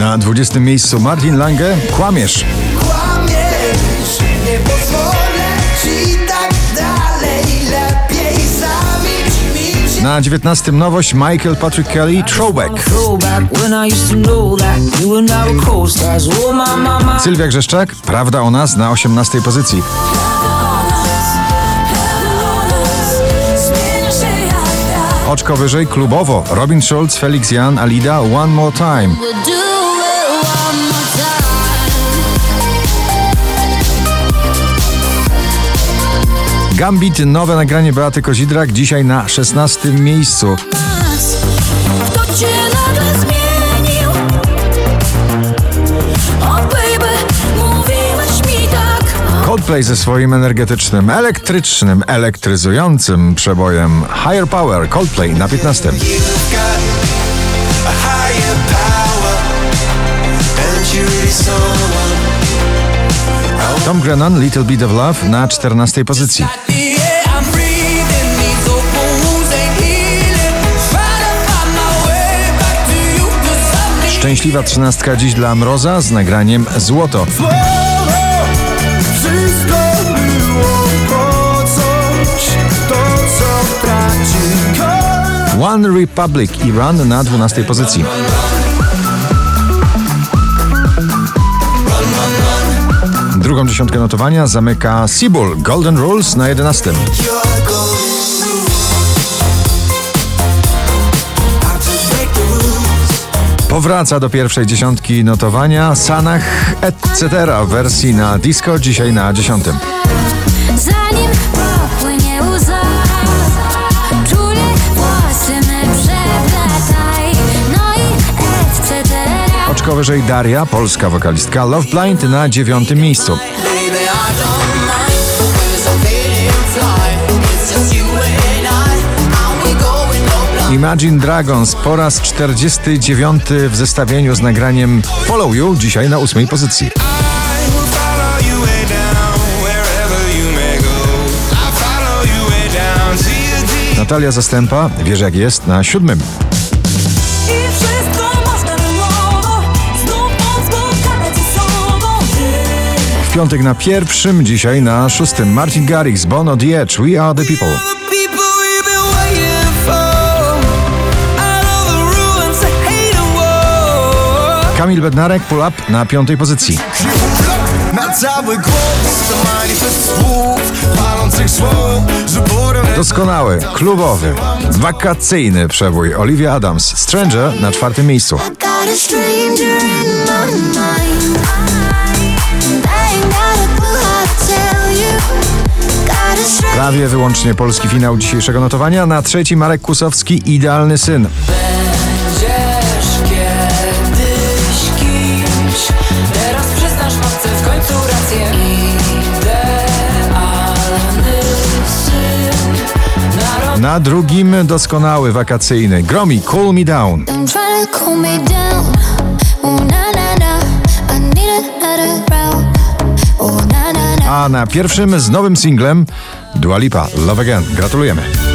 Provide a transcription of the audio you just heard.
Na 20. miejscu Martin Lange, Kłamiesz. Kłamiesz, nie pozwolę ci tak dalej, lepiej zamilcz. Na 19. nowość Michael Patrick Kelly, Throwback. Sylwia Grzeszczak, Prawda o nas na 18. pozycji. Oczko wyżej, klubowo, Robin Schulz, Felix Jan, Alida, One More Time. Gambit, nowe nagranie Beaty Kozidrak, dzisiaj na 16. miejscu. Kto cię nagle zmienił? O baby, mówiłeś mi tak. Coldplay ze swoim energetycznym, elektrycznym, elektryzującym przebojem Higher Power. Coldplay na 15. Tom Grennan, Little Bit of Love na 14. pozycji. Szczęśliwa 13 dziś dla Mroza z nagraniem Złoto. One Republic i Run na 12. pozycji. Drugą dziesiątkę notowania zamyka Seabull, Golden Rules na 11. Powraca do pierwszej dziesiątki notowania Sanach etc. w wersji na disco, dzisiaj na 10. Zanim popłynie łza, czule włosy me przepłataj. No i etc. Oczko wyżej Daria, polska wokalistka, Love Blind na 9. miejscu. Imagine Dragons po raz 49 w zestawieniu z nagraniem Follow You, dzisiaj na 8. pozycji. Natalia Zastępa, Wiesz jak jest, na 7. W piątek na 1, dzisiaj na 6. Martin Garrix, Bono The Edge, We Are The People. Kamil Bednarek, Pull Up na 5. pozycji. Na cały głos, to manifest słów, palących słów, że Doskonały, klubowy, wakacyjny przebój Olivia Adams, Stranger na 4. miejscu. Prawie wyłącznie polski finał dzisiejszego notowania. Na 3. Marek Kusowski, Idealny syn. Będziesz kiedyś kimś, teraz przyznasz matce w końcu rację. Idealny syn. Na 2. doskonały, wakacyjny Gromi, Cool Me Down. A na 1. z nowym singlem Dua Lipa, Love Again. Gratulujemy.